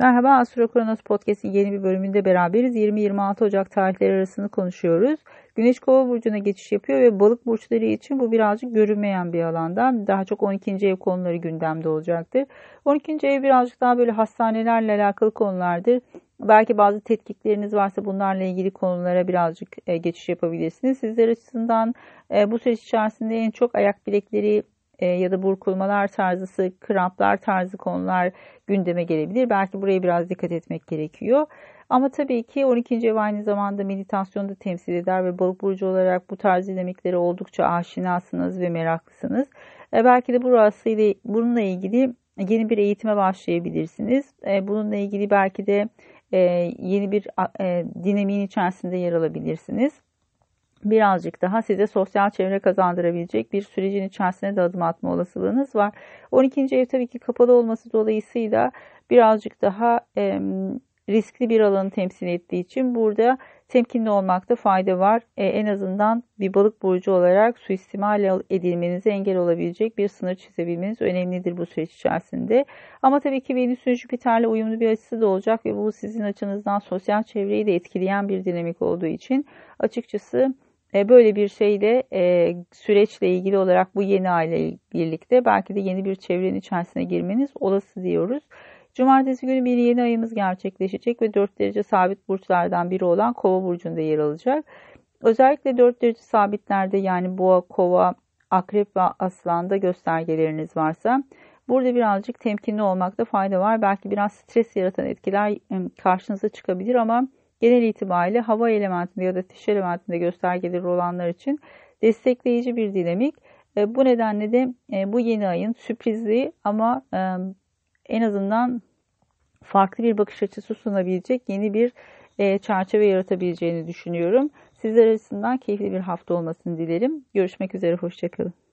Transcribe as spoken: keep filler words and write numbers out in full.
Merhaba, Astro Kronos Podcast'in yeni bir bölümünde beraberiz. yirmi yirmi altı Ocak tarihleri arasını konuşuyoruz. Güneş Kova burcuna geçiş yapıyor ve balık burçları için bu birazcık görünmeyen bir alanda. Daha çok on ikinci ev konuları gündemde olacaktır. on ikinci ev birazcık daha böyle hastanelerle alakalı konulardır. Belki bazı tetkikleriniz varsa bunlarla ilgili konulara birazcık e, geçiş yapabilirsiniz. Sizler açısından e, bu süreç içerisinde en çok ayak bilekleri e, ya da burkulmalar tarzısı, kramplar tarzı konular gündeme gelebilir. Belki buraya biraz dikkat etmek gerekiyor. Ama tabii ki on ikinci ev aynı zamanda meditasyonu da temsil eder ve balık burcu olarak bu tarz dinamiklere oldukça aşinasınız ve meraklısınız. E, belki de burasıyla, bununla ilgili yeni bir eğitime başlayabilirsiniz. E, bununla ilgili belki de e, yeni bir e, dinamiğin içerisinde yer alabilirsiniz. Birazcık daha size sosyal çevre kazandırabilecek bir sürecin içerisine de adım atma olasılığınız var. on ikinci ev tabii ki kapalı olması dolayısıyla birazcık daha e, riskli bir alanı temsil ettiği için burada temkinli olmakta fayda var. E, en azından bir balık burcu olarak suistimal edilmenize engel olabilecek bir sınır çizebilmeniz önemlidir bu süreç içerisinde. Ama tabii ki Venüs'ün Jüpiter'le uyumlu bir açısı da olacak ve bu sizin açınızdan sosyal çevreyi de etkileyen bir dinamik olduğu için açıkçası böyle bir şeyle e, süreçle ilgili olarak bu yeni aile birlikte belki de yeni bir çevrenin içerisine girmeniz olası diyoruz. Cumartesi günü bir yeni ayımız gerçekleşecek ve dört derece sabit burçlardan biri olan Kova burcunda yer alacak. Özellikle dört derece sabitlerde yani Boğa, Kova, Akrep ve Aslan'da göstergeleriniz varsa burada birazcık temkinli olmakta fayda var. Belki biraz stres yaratan etkiler karşınıza çıkabilir ama genel itibariyle hava elementinde ya da ateş elementinde göstergeleri olanlar için destekleyici bir dinamik. Bu nedenle de bu yeni ayın sürprizli ama en azından farklı bir bakış açısı sunabilecek yeni bir çerçeve yaratabileceğini düşünüyorum. Sizler açısından keyifli bir hafta olmasını dilerim. Görüşmek üzere, hoşça kalın.